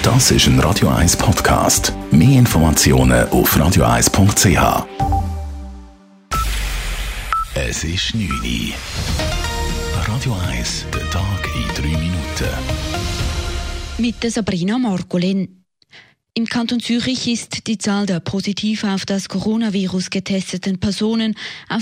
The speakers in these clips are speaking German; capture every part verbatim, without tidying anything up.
Das ist ein Radio eins Podcast. Mehr Informationen auf radio eins punkt c h. Es ist neun Uhr. Radio eins, der Tag in drei Minuten. Mit der Sabrina Margolin. Im Kanton Zürich ist die Zahl der positiv auf das Coronavirus getesteten Personen auf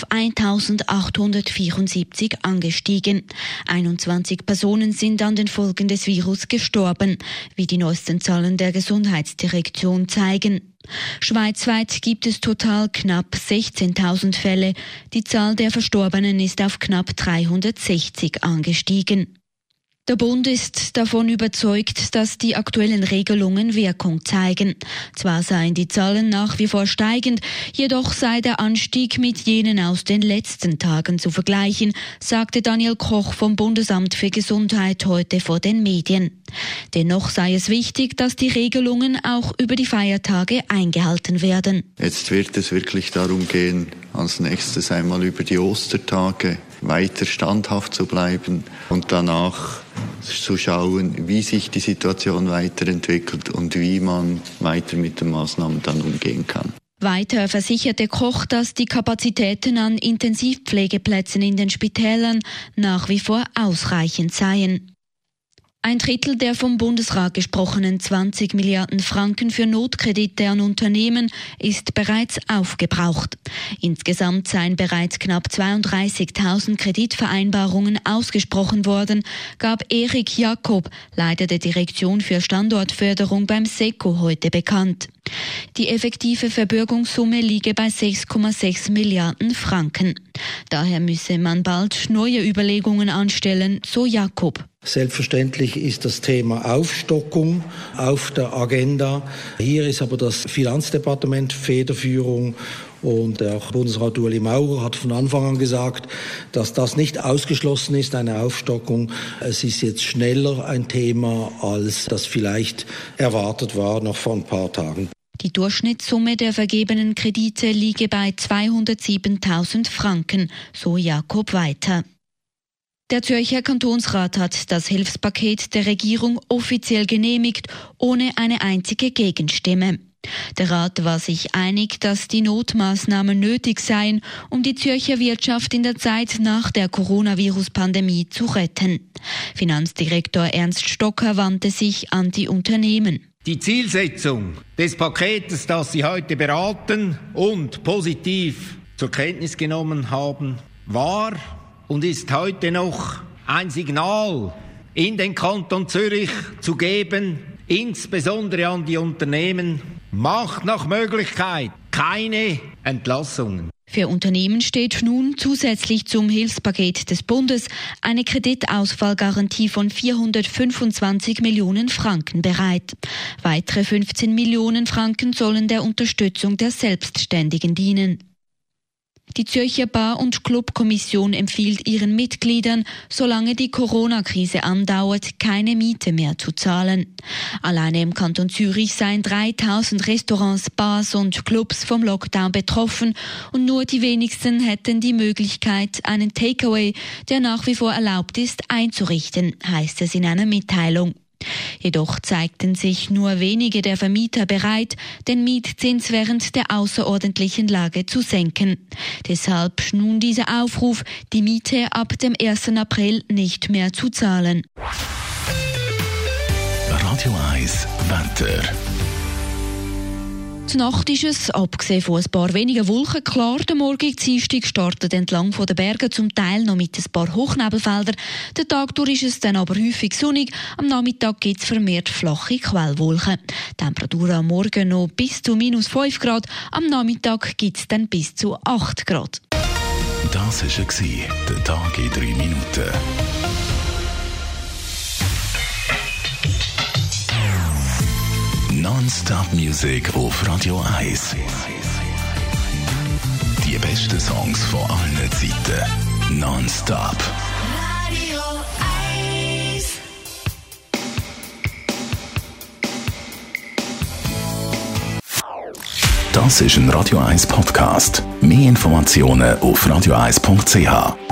eintausendachthundertvierundsiebzig angestiegen. einundzwanzig Personen sind an den Folgen des Virus gestorben, wie die neuesten Zahlen der Gesundheitsdirektion zeigen. Schweizweit gibt es total knapp sechzehntausend Fälle. Die Zahl der Verstorbenen ist auf knapp dreihundertsechzig angestiegen. Der Bund ist davon überzeugt, dass die aktuellen Regelungen Wirkung zeigen. Zwar seien die Zahlen nach wie vor steigend, jedoch sei der Anstieg mit jenen aus den letzten Tagen zu vergleichen, sagte Daniel Koch vom Bundesamt für Gesundheit heute vor den Medien. Dennoch sei es wichtig, dass die Regelungen auch über die Feiertage eingehalten werden. Jetzt wird es wirklich darum gehen, als nächstes einmal über die Ostertage weiter standhaft zu bleiben und danach zu schauen, wie sich die Situation weiterentwickelt und wie man weiter mit den Maßnahmen dann umgehen kann. Weiter versicherte Koch, dass die Kapazitäten an Intensivpflegeplätzen in den Spitälern nach wie vor ausreichend seien. Ein Drittel der vom Bundesrat gesprochenen zwanzig Milliarden Franken für Notkredite an Unternehmen ist bereits aufgebraucht. Insgesamt seien bereits knapp zweiunddreißigtausend Kreditvereinbarungen ausgesprochen worden, gab Erik Jakob, Leiter der Direktion für Standortförderung beim S E C O, heute bekannt. Die effektive Verbürgungssumme liege bei sechs Komma sechs Milliarden Franken. Daher müsse man bald neue Überlegungen anstellen, so Jakob. Selbstverständlich ist das Thema Aufstockung auf der Agenda. Hier ist aber das Finanzdepartement Federführung und auch Bundesrat Ueli Maurer hat von Anfang an gesagt, dass das nicht ausgeschlossen ist, eine Aufstockung. Es ist jetzt schneller ein Thema, als das vielleicht erwartet war, noch vor ein paar Tagen. Die Durchschnittssumme der vergebenen Kredite liege bei zweihundertsiebentausend Franken, so Jakob weiter. Der Zürcher Kantonsrat hat das Hilfspaket der Regierung offiziell genehmigt, ohne eine einzige Gegenstimme. Der Rat war sich einig, dass die Notmaßnahmen nötig seien, um die Zürcher Wirtschaft in der Zeit nach der Coronavirus-Pandemie zu retten. Finanzdirektor Ernst Stocker wandte sich an die Unternehmen. Die Zielsetzung des Paketes, das Sie heute beraten und positiv zur Kenntnis genommen haben, war und ist heute noch ein Signal in den Kanton Zürich zu geben, insbesondere an die Unternehmen, macht nach Möglichkeit keine Entlassungen. Für Unternehmen steht nun zusätzlich zum Hilfspaket des Bundes eine Kreditausfallgarantie von vierhundertfünfundzwanzig Millionen Franken bereit. Weitere fünfzehn Millionen Franken sollen der Unterstützung der Selbstständigen dienen. Die Zürcher Bar- und Clubkommission empfiehlt ihren Mitgliedern, solange die Corona-Krise andauert, keine Miete mehr zu zahlen. Alleine im Kanton Zürich seien dreitausend Restaurants, Bars und Clubs vom Lockdown betroffen und nur die wenigsten hätten die Möglichkeit, einen Takeaway, der nach wie vor erlaubt ist, einzurichten, heißt es in einer Mitteilung. Jedoch zeigten sich nur wenige der Vermieter bereit, den Mietzins während der außerordentlichen Lage zu senken. Deshalb nun dieser Aufruf, die Miete ab dem ersten April nicht mehr zu zahlen. Radio eins Wetter. Die Nacht ist es, abgesehen von ein paar wenigen Wolken, klar. Der morgige Dienstag startet entlang von den Bergen zum Teil noch mit ein paar Hochnebelfeldern. Den Tag durch ist es dann aber häufig sonnig. Am Nachmittag gibt es vermehrt flache Quellwolken. Temperatur am Morgen noch bis zu minus fünf Grad. Am Nachmittag gibt es dann bis zu acht Grad. Das war der Tag in drei Minuten. Non-Stop-Musik auf Radio eins. Die besten Songs von allen Zeiten. Non-Stop. Radio eins. Das ist ein Radio eins Podcast. Mehr Informationen auf radio eins punkt c h.